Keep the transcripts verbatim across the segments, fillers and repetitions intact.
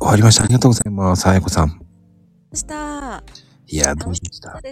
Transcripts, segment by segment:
わりました。ありがとうございます。あやこさん。 した。 いや、どうでした？ です。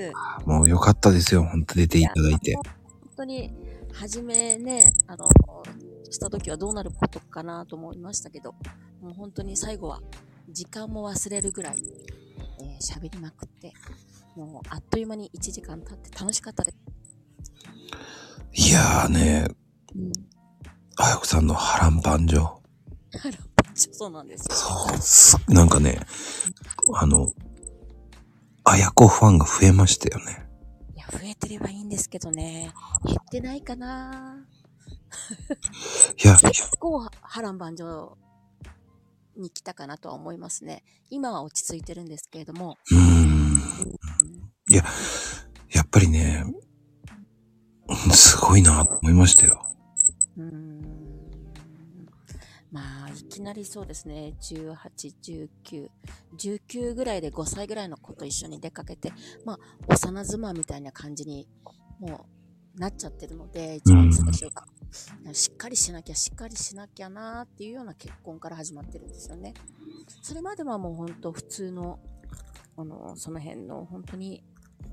もう良かったですよ。本当出ていただいて。 い本当に、初めね、あの、した時はどうなることかなと思いましたけど、もう本当に最後は、時間も忘れるぐらい、えー、喋りまくって、もうあっという間にいちじかん経って楽しかったです。 いやーね、うん、あやこさんの波乱万丈。 波乱万丈、そうなんですよ。 そうす、なんかね、あの、あやこファンが増えましたよね。 いや、増えてればいいんですけどね、減ってないかな。いや、結構波乱万丈に来たかなとは思いますね。今は落ち着いてるんですけれども。 うーん。いや、やっぱりね、すごいなと思いましたよ。 うーん。まあ、いきなりそうですね。じゅうはち、じゅうきゅう、じゅうきゅうぐらいでごさいぐらいの子と一緒に出かけて、まあ、幼妻みたいな感じにもうなっちゃってるので、一番最初が。しっかりしなきゃ、しっかりしなきゃなーっていうような結婚から始まってるんですよね。それまではもう本当普通の、あの、その辺の本当に、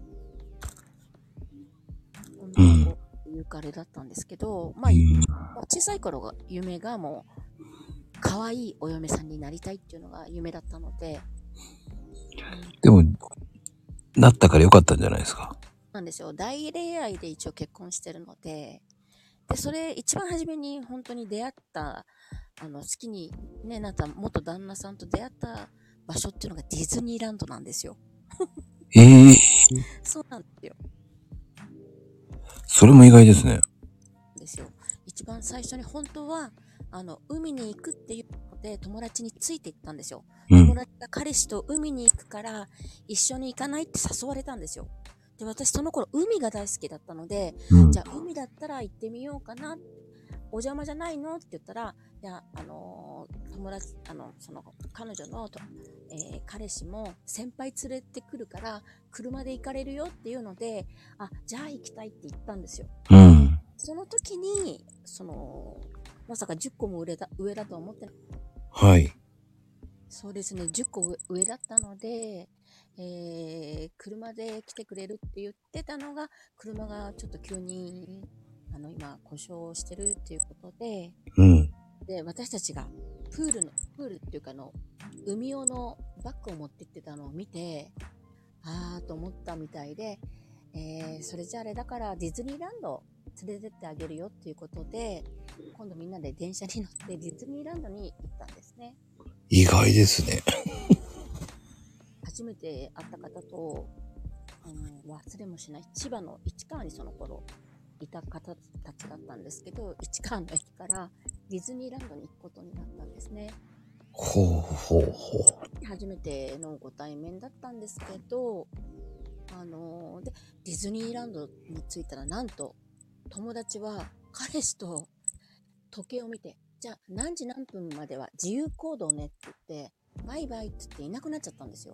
女の子っていうかあれだったんですけど、まあ、小さい頃が夢がもう、可愛いお嫁さんになりたいっていうのが夢だったので。 でも、なったからよかったんじゃないですか。 なんですよ。大恋愛で一応結婚してるので、で、それ一番初めに本当に出会った、あの、好きにね、なった元旦那さんと出会った場所っていうのがディズニーランドなんですよ。 ええー。 そうなんですよ。 それも意外ですね。 ですよ。一番最初に本当は、あの、海に行くっていうので友達について行ったんですよ。うん、友達が彼氏と海に行くから一緒に行かないって誘われたんですよ。で、私その頃海が大好きだったので、うん、じゃあ海だったら行ってみようかな。お邪魔じゃないのって言ったら、いや、あのー、友達、あの、その、彼女のと、えー、彼氏も先輩連れてくるから、車で行かれるよっていうので、あ、じゃあ行きたいって言ったんですよ。うん。その時に、その、まさかじゅっこも上だ、上だとは思ってない。 はい。 そうですね、じゅっこ上だったので、えー、車で来てくれるって言ってたのが、車がちょっと急に、あの、今、故障してるっていうことで、うん。で、私たちが、プールの、プールっていうかの、海用のバッグを持ってってたのを見て、あーと思ったみたいで、えー、それじゃあれだからディズニーランド連れてってあげるよっていうことで、今度みんなで電車に乗ってディズニーランドに行ったんですね。 意外ですね。 初めて会った方と、うん、忘れもしない千葉の市川にその頃いた方たちだったんですけど、市川の駅からディズニーランドに行くことになったんですね。 ほうほうほう。 初めてのご対面だったんですけど、あのー、でディズニーランドに着いたらなんと友達は彼氏と時計を見て、じゃあ何時何分までは自由行動ねって言ってバイバイって言っていなくなっちゃったんですよ。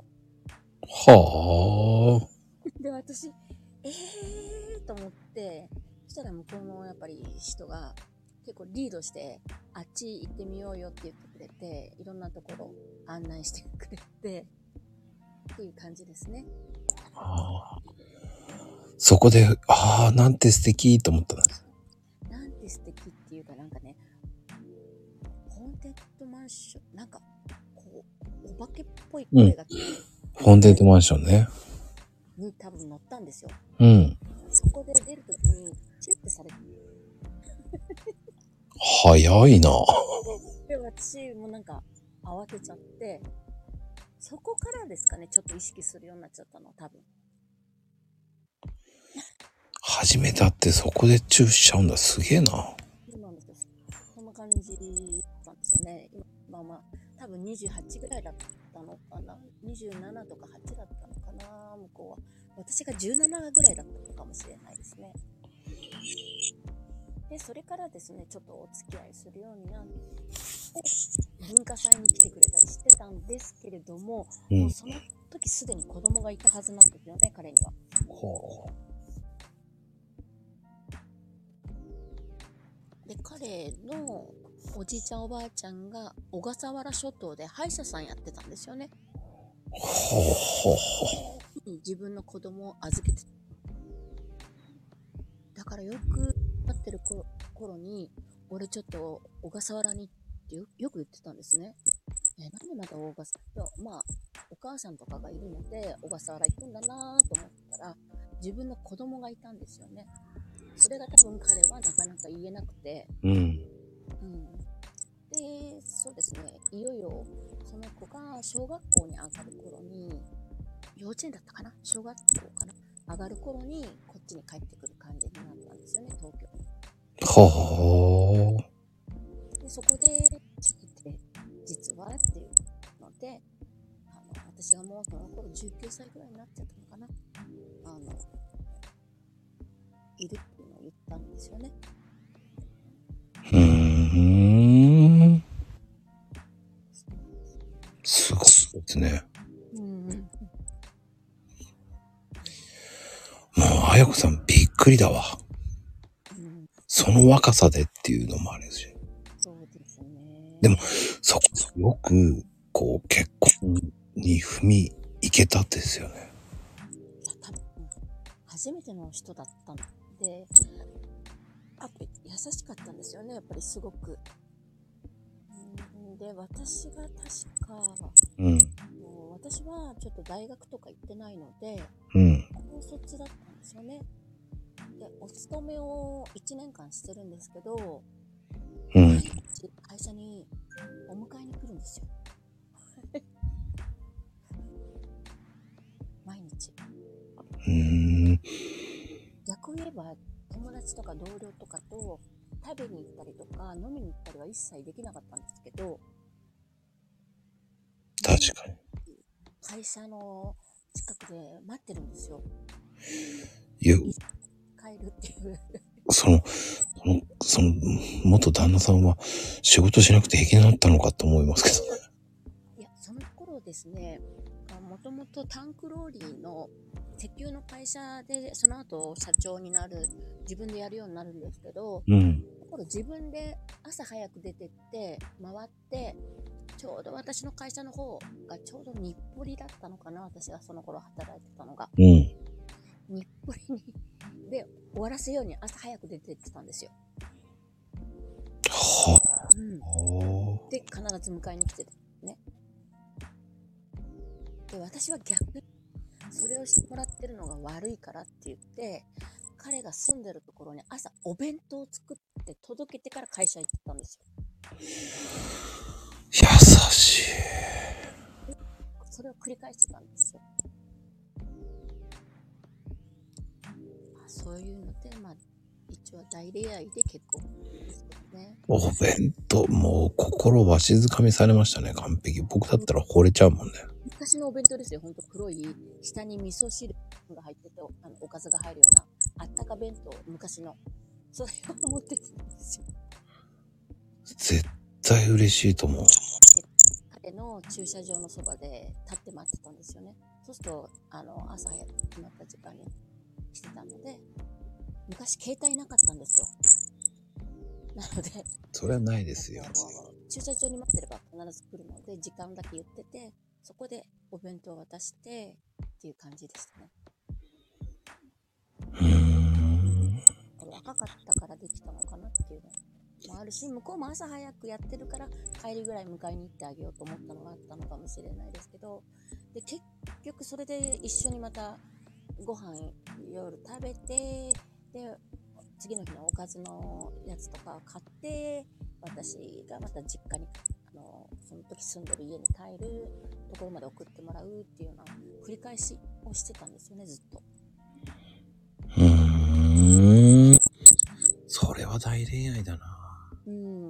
はあ。 で、私えーと思って、そしたら向こうのやっぱり人が結構リードしてあっち行ってみようよって言ってくれて、いろんなところ案内してくれてっていう感じですね。 はあ、そこで、ああ、なんて素敵と思ったんです。 なんて素敵っていうか、なんかね、ホーンテッドマンション、なんかこうお化けっぽい声が、 うん、ホーンテッドマンションねに多分乗ったんですよ。 うん。 そこで出るときにチュッてされて早いな。 で、私もなんか慌てちゃって、そこからですかね、ちょっと意識するようになっちゃったの、多分。 初めて会ってそこでチューしちゃうんだ、すげえな。 そうなんですよ。そんな感じだったんですよね。今、まあまあ、多分にじゅうはちぐらいだったのかな。にじゅうななとかはちだったのかな、向こうは。私がじゅうななぐらいだったのかもしれないですね。で、それからですね、ちょっとお付き合いするようになって、文化祭に来てくれたりしてたんですけれども、うん、もうその時すでに子供がいたはずなんですよね、彼には。ほう。で、彼の子おじいちゃんおばあちゃんが小笠原諸島で歯医者さんやってたんですよね。 ほうほうほう。自分の子供を預けてた。だからよく待ってる頃頃に、俺ちょっと小笠原にってよよく言ってたんですね。え、なんでまた小笠原、いや、まあ、お母さんとかがいるので、小笠原行くんだなと思ったら、自分の子供がいたんですよね。それが多分彼はなかなか言えなくて、 う。うん。 うん。で、そうですね、いよいよその子が小学校に上がる頃に、幼稚園だったかな、小学校かな、上がる頃にこっちに帰ってくる感じになったんですよね、東京に。 ほう。 で、そこで聞いて、実はっていうので、あの私がもうその頃じゅうきゅうさいぐらいになっちゃったのかな、あのいるっていうのを言ったんですよね。 うーん。すごいですね。 うんうん。 もう、あやこさんびっくりだわ。 うん、 その若さでっていうのもあるし。 そうですね。 でも、そこ、よく、こう、結婚に踏みいけたですよね。 いや、多分、初めての人だったので、あと優しかったんですよね、やっぱりすごく。うんで、私が確か、 うん。 もう私はちょっと大学とか行ってないので、 うん。 高卒だったんですよね。で、お勤めをいちねんかんしてるんですけど、 うん。 毎日会社にお迎えに来るんですよ。毎日。 うーん。 逆を言えば、友達とか同僚とかと食べに行ったりとか飲みに行ったりは一切できなかったんですけど、 確かに。 会社の近くで待ってるんですよ。 いや、 帰るっていう。 その、その、その、元旦那さんは仕事しなくて平気になったのかと思いますけどね。 いや、その頃ですね、もともとタンクローリーの石油の会社で、その後社長になる、自分でやるようになるんですけど、 うん。 その頃自分で朝早く出てって回って、ちょうど私の会社の方がちょうど日暮里だったのかな、私がその頃働いてたのが。 うん。 日暮里にで終わらせように朝早く出てってたんですよ。 はうん。 あ。 で、必ず迎えに来てたね。で、私は逆にそれをしてもらってるのが悪いからって言って、彼が住んでるところに朝お弁当を作って届けてから会社行ってたんですよ。 優しい。 それを繰り返してたんですよ。そういうので、まあ、一応大恋愛で結婚ですね。 お弁当、もう心わしづかみされましたね、完璧。僕だったら惚れちゃうもんね。 昔のお弁当ですよ、ほんと黒い、下に味噌汁が入ってて、あのおかずが入るような、あったか弁当、昔の。それを持ってたんですよ。 絶対嬉しいと思う。 彼の駐車場のそばで立って待ってたんですよね。そうすると、あの、朝早く決まった時間に来てたので、昔携帯なかったんですよ。なので、 それはないですよ。 駐車場に待ってれば必ず来るので、時間だけ言ってて、そこでお弁当を渡してっていう感じでしたね。 うーん。 若かったからできたのかなっていうのもあるし、向こうも朝早くやってるから帰りぐらい迎えに行ってあげようと思ったのがあったのかもしれないですけど、で結局それで一緒にまたご飯夜食べて、で次の日のおかずのやつとかを買って、私がまた実家に、あのその時住んでる家に帰るところまで送ってもらうっていうような繰り返しをしてたんですよね、ずっと。 うーん。それは大恋愛だな。 うん、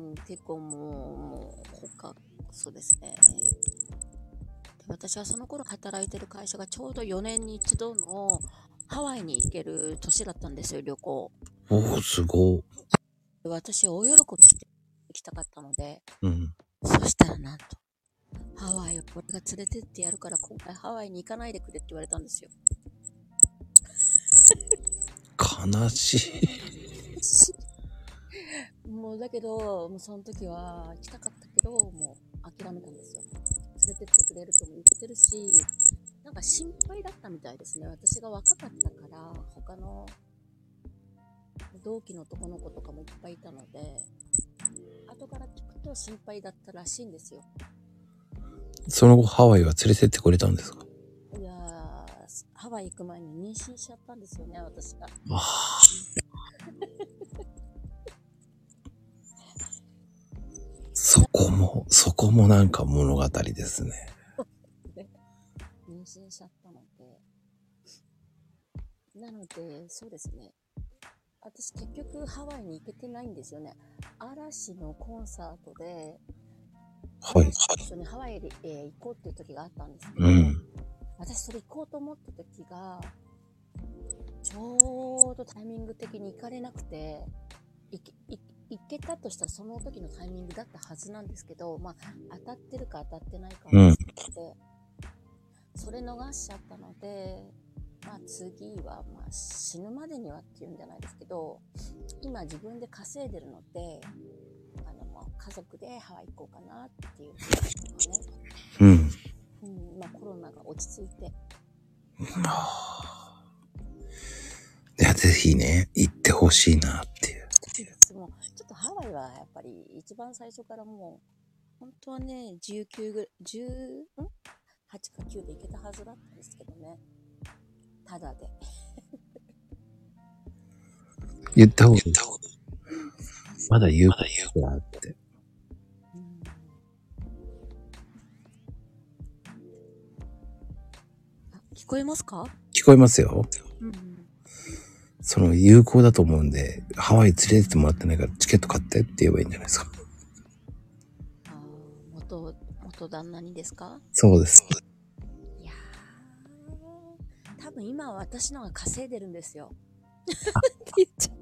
結構もう、もう、他、そうですね。で、私はその頃働いてる会社がちょうどよねんに一度のハワイに行ける年だったんですよ、旅行。 おー、すごい。 で、私、大喜びして行きたかったので、 うん。 そしたらなんと、ハワイを俺が連れてってやるから今回ハワイに行かないでくれって言われたんですよ。 悲しい。 もうそうだけど、もうその時は行きたかったけど、もう諦めたんですよ。連れてってくれるとも言ってるし、なんか心配だったみたいですね。私が若かったから、他の同期の男の子とかもいっぱいいたので、後から聞くと心配だったらしいんですよ。 その後ハワイは連れてってくれたんですか？ いやー、ハワイ行く前に妊娠しちゃったんですよね、私が。 あそこも、そこもなんか物語ですね。 妊娠しちゃったので。なので、そうですね。私結局ハワイに行けてないんですよね。嵐のコンサートで、 はい。 一緒にハワイで、えー行こうっていう時があったんですけど、 うん。 私それ行こうと思った時が、ちょうどタイミング的に行かれなくて、行け、行行けたとしたらその時のタイミングだったはずなんですけど、まあ、当たってるか当たってないかは別として、それ逃しちゃったので、まあ次は、まあ死ぬまでにはっていうんじゃないですけど、今自分で稼いでるので、あの、まあ家族でハワイ行こうかなっていうふうですね。 うん。 うん、まあコロナが落ち着いて。 いや、ぜひね、行ってほしいなっていう。 もうちょっとハワイはやっぱり一番最初からもう、本当はね、じゅうきゅうぐらい、じゅう、ん ?はち かきゅうで行けたはずだったんですけどね。ただで。 言った方がいい。まだ言うことがあって。 うん、あ、聞こえますか？ 聞こえますよ。 うん、 その有効だと思うんで、ハワイ連れてってもらってないからチケット買ってって言えばいいんじゃないですか。 あ、元、元旦那にですか？ そうです。 いやー、多分今は私のが稼いでるんですよ。って言っちゃった。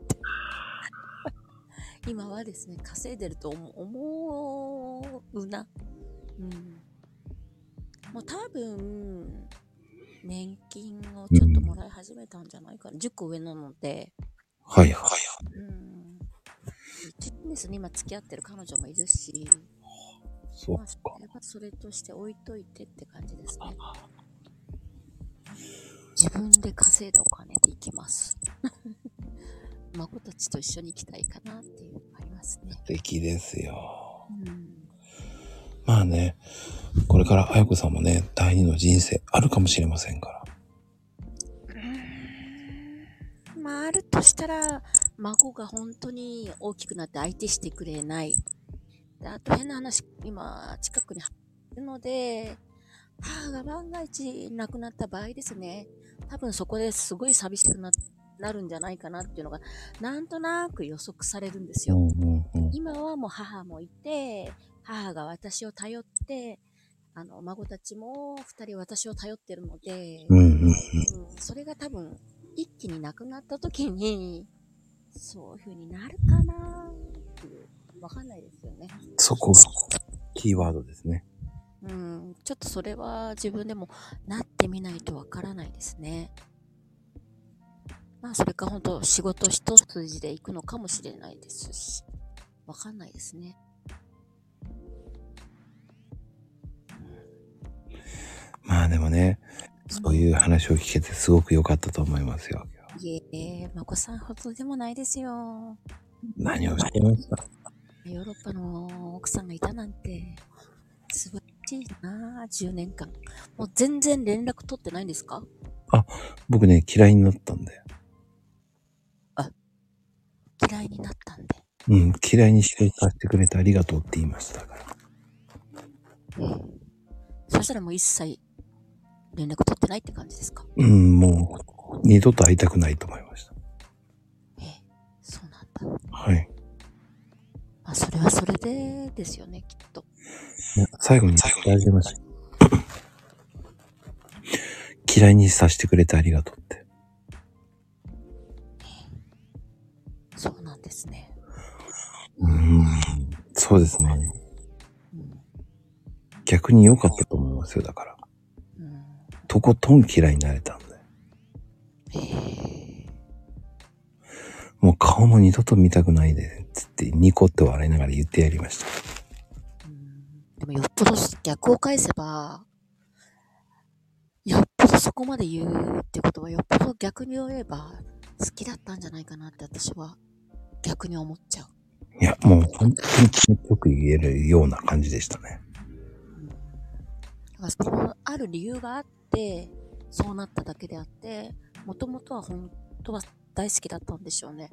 今はですね、稼いでると思う、思うな。うん。もう多分、年金をちょっともらい始めたんじゃないかな。じゅっこ上なので。 はいはい。 うん。一年ですね、今付き合ってる彼女もいるし。 そうか。 まあ、それはそれとして置いといてって感じですね。自分で稼いだお金で行きます。孫たちと一緒に行きたいかなっていうのがありますね。 素敵ですよ。 うん、 まあね、これからあやこさんもね、第二の人生あるかもしれませんから。 うーん、まああるとしたら、孫が本当に大きくなって相手してくれない。で、あと変な話、今近くにいるので、母が万が一亡くなった場合ですね、多分そこですごい寂しくななるんじゃないかなっていうのがなんとなく予測されるんですよ。 うんうんうん、 今はもう母もいて、母が私を頼って、あの孫たちも二人私を頼ってるので、 うんうんうん、 それが多分一気になくなった時にそういう風になるかなっていう、わかんないですよね。 そこがキーワードですね。 うん、ちょっとそれは自分でもなってみないとわからないですね。まあそれか本当仕事一筋で行くのかもしれないですし、わかんないですね。 まあでもね、そういう話を聞けてすごく良かったと思いますよ。 いえ、まこさんほどでもないですよ。 何をしてますか？ ヨーロッパの奥さんがいたなんて素晴らしいな。じゅうねんかんもう全然連絡取ってないんですか？ あ、僕ね、嫌いになったんで。 あ、嫌いになったんで。 うん、嫌いにしてさせてくれてありがとうって言いましたから。 えー、そしたらもう一切連絡取ってないって感じですか？ うん、もう二度と会いたくないと思いました。 えー、そうなんだ。 はい。 まあそれはそれでですよね、きっと。 最後に伝えてました。嫌いにさせてくれてありがとうって。 そうなんですね。 うーん、そうですね。うん、逆に良かったと思いますよ、だから。うん、とことん嫌いになれたんで。へー、 もう顔も二度と見たくないで、つってニコって笑いながら言ってやりました。 うん、でもよっぽど逆を返せば、よっぽどそこまで言うってことはよっぽど逆に言えば好きだったんじゃないかなって私は逆に思っちゃう。 いや、もう本当に気持ちよく言えるような感じでしたね。 うん、だからそのある理由があってそうなっただけであって、もともとは本当は大好きだったんでしょうね。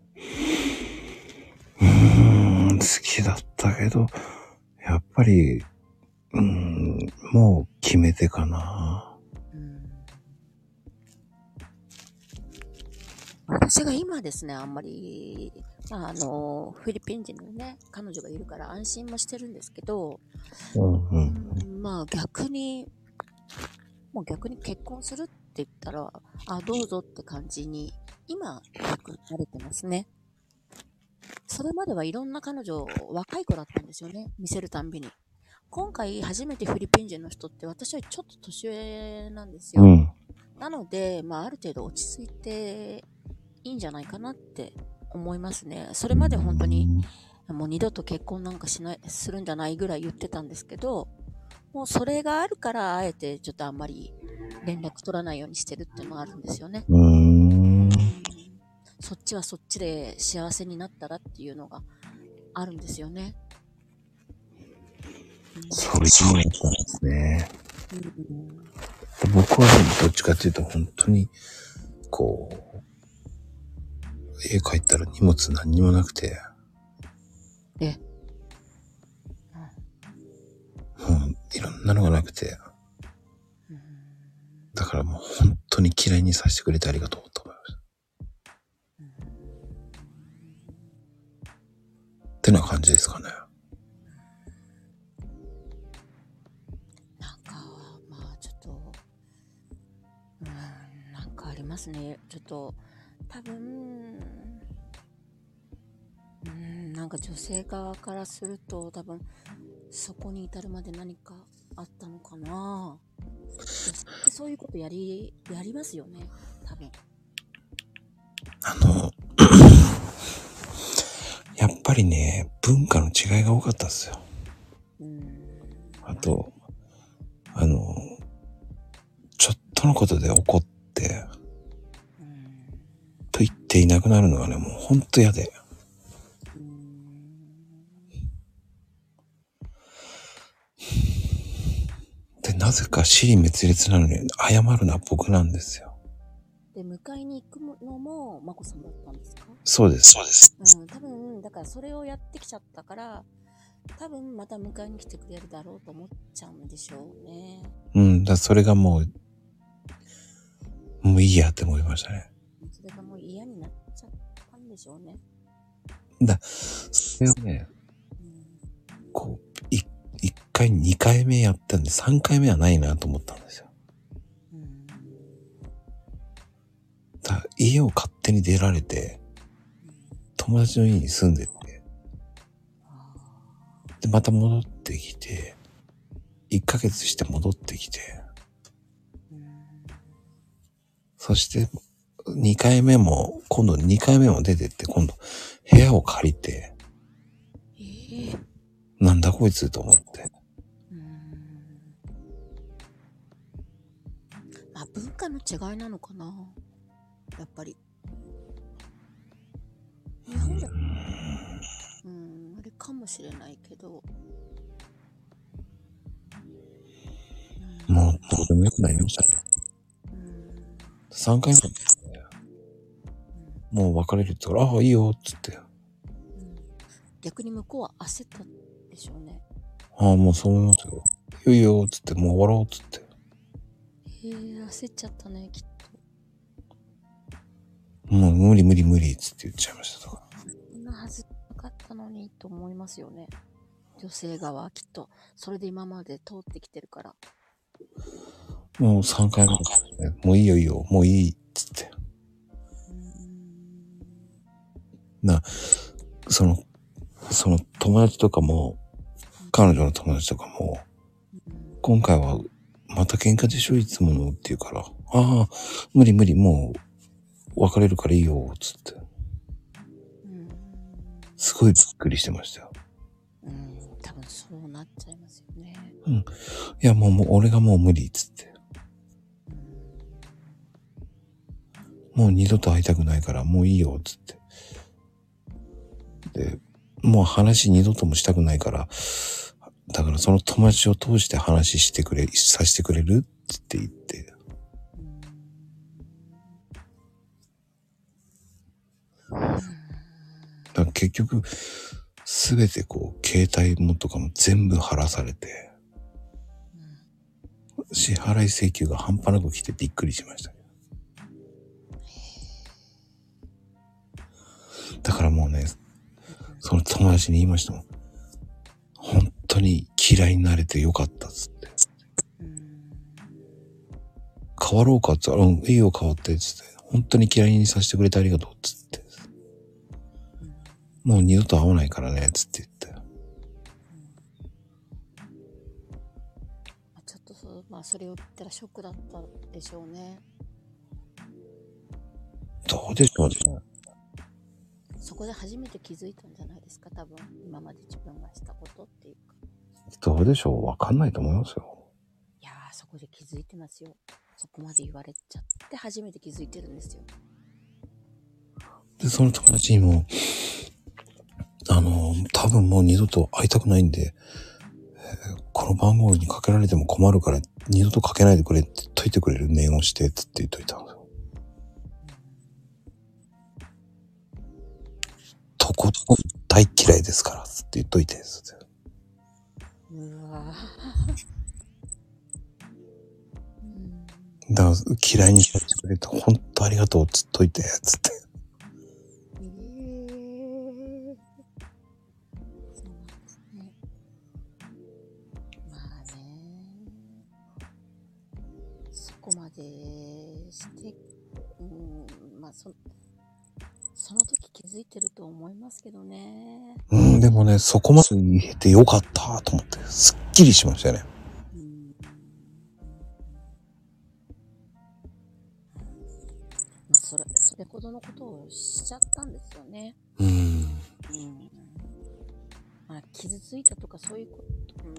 うーん、好きだったけど、やっぱり、うーん、もう決めてかな。 うん、私が今ですね、あんまり、まあ、あの、フィリピン人のね、彼女がいるから安心もしてるんですけど、 うんうん、 うん、まあ逆に、もう逆に結婚するって言ったら、あ、どうぞって感じに、今、逆に慣れてますね。それまではいろんな彼女、若い子だったんですよね、見せるたんびに。今回初めてフィリピン人の人って私はちょっと年上なんですよ。 うん、 なので、まあある程度落ち着いていいんじゃないかなって思いますね。それまで本当にもう二度と結婚なんかしない、するんじゃないぐらい言ってたんですけど、もうそれがあるからあえてちょっとあんまり連絡取らないようにしてるっていうのがあるんですよね。 うーん、 そっちはそっちで幸せになったらっていうのがあるんですよね。 そういうものだったんですね。 うん、 僕はどっちかっていうと本当に、こう、家帰ったら荷物何にもなくて、 え、 もういろんなのがなくて、 うん、 だからもう本当に嫌いにさせてくれてありがとうと思いました。 うん、 ってな感じですかね。 なんか、まあちょっと、うん、なんかありますね。ちょっと、多分、うん、なんか女性側からすると多分そこに至るまで何かあったのかな。女性ってそういうことやり、やりますよね、多分。 あの、やっぱりね、文化の違いが多かったですよ。 うん、 あと、あの、ちょっとのことで怒って、 うん、 と言っていなくなるのがね、もうほんと嫌で。 うん、 で、なぜか尻滅裂なのに謝るのは僕なんですよ。 で、迎えに行くのもまこさんだったんですか？ そうです。そうです。 うん、多分、だからそれをやってきちゃったから、多分また迎えに来てくれるだろうと思っちゃうんでしょうね。 うん、だそれがもう、もういいやって思いましたね。 それがもう嫌になっちゃったんでしょうね。 だ、それをね、 うん、 こう、い一回、二回目やったんで、三回目はないなと思ったんですよ。 うん、 だ家を勝手に出られて、友達の家に住んでって、で、また戻ってきて、一ヶ月して戻ってきて、 うん、 そして、二回目も、今度二回目も出てって、今度、部屋を借りて、 えー、 なんだこいつと思って。 うん、まあ文化の違いなのかな、やっぱり。日本で、うん、あれかもしれないけど、うん、 もう、どうでもよくなりましたね。 うん、 三回目ですね。もう別れるって言ったから、ああ、いいよ、つって。 うん、逆に向こうは焦ったでしょうね。 ああ、もうそう思いますよ。いいよ、つって、もう終わろう、つって。 へえ、焦っちゃったね、きっと。 もう無理無理無理、つって言っちゃいました。だから。 そんなはずなかったのにと思いますよね。女性側はきっと、それで今まで通ってきてるから。 もう三回目ですね。もういいよいいよ、もういい、つって。 うーん、 な、その、その友達とかも、彼女の友達とかも、 うん、 今回はまた喧嘩でしょいつものって言うから、ああ、無理無理、もう別れるからいいよ、つって。 すごいびっくりしてましたよ。 うん、多分そうなっちゃいますよね。 うん。いや、もう、もう俺がもう無理っつって。もう二度と会いたくないからもういいよっつって。で、もう話二度ともしたくないから、だからその友達を通して話してくれ、させてくれるって言って。だから結局、すべてこう、携帯もとかも全部払わされて、支払い請求が半端なく来てびっくりしました。だからもうね、その友達に言いましたもん。本当に嫌いになれてよかったっつって。変わろうかっつったら、うん、いいよ変わってっつって。本当に嫌いにさせてくれてありがとうっつって。もう二度と会わないからねっつって言って。 ちょっとそう、まあそれを言ったらショックだったでしょうね。 どうでしょうね。 そこで初めて気づいたんじゃないですか、多分。今まで自分がしたことっていうか。 どうでしょう、わかんないと思いますよ。 いやー、そこで気づいてますよ。そこまで言われちゃって初めて気づいてるんですよ。 で、その友達にも、あの、多分もう二度と会いたくないんで、えー、この番号にかけられても困るから二度とかけないでくれって解いてくれる念をしてつって言っといたんですよ。とことん大嫌いですからつって言っといてです。 うわだから嫌いにしてくれて本当ありがとうつっといてつって。 えー、そうなんですね。まあね、そこまでして、うん、まあそその時気づいてると思いますけどね。 うん、でもね、そこまで言えてよかったと思って、すっきりしましたよね。 うん、まあ、それ、それほどのことをしちゃったんですよね。 うん。うん、 まあ、傷ついたとかそういうこと、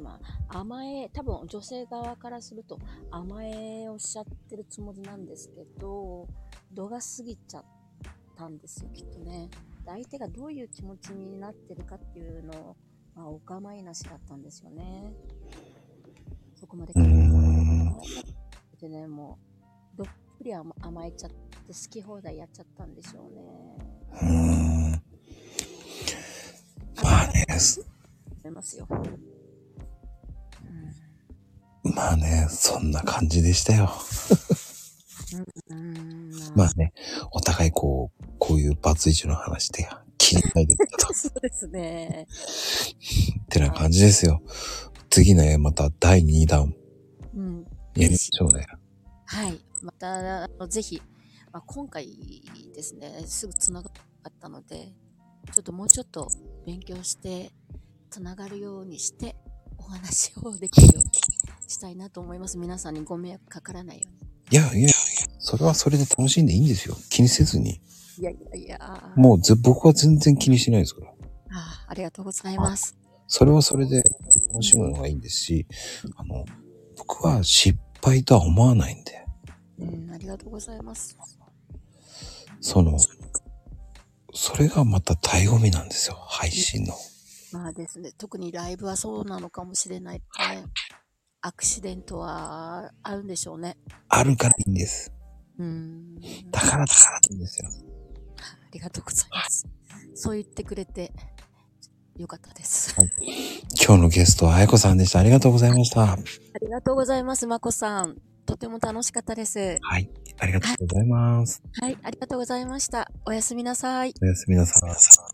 まあ、甘え、多分女性側からすると甘えをしちゃってるつもりなんですけど、度が過ぎちゃったんですよ、きっとね。相手がどういう気持ちになってるかっていうのを、まあ、お構いなしだったんですよね。そこまで考えてね、もうどっぷり甘えちゃって好き放題やっちゃったんでしょうね。 うーん。まあね、 思いますよ。 うん、まあね、そんな感じでしたよ。うん、まあね、お互いこう、こういうバツイチの話で気にないでと。 そうですね。 ってな感じですよ。次ね、まただいにだん。 うん。 やりましょうね。 はい。また、あのぜひ、まあ、今回ですね、すぐつながったので、ちょっともうちょっと勉強して、つながるようにして、お話をできるようにしたいなと思います。皆さんにご迷惑かからないように。 いやいや、それはそれで楽しんでいいんですよ。気にせずに。 いやいやいや。 もうぜ僕は全然気にしないですから。 ああ、ありがとうございます。 それはそれで楽しむのがいいんですし、あの、僕は失敗とは思わないんで。 うん、ありがとうございます。 その、それがまた醍醐味なんですよ、配信の。 まあですね、特にライブはそうなのかもしれないね。アクシデントはあるんでしょうね。 あるからいいんです。 うん。 だからだからいいんですよ。 ありがとうございます。そう言ってくれてよかったです。 はい、今日のゲストはあやこさんでした。ありがとうございました。 ありがとうございます、まこさん。とても楽しかったです。 はい、ありがとうございます。 はい、はい、ありがとうございました。おやすみなさい。 おやすみなさい。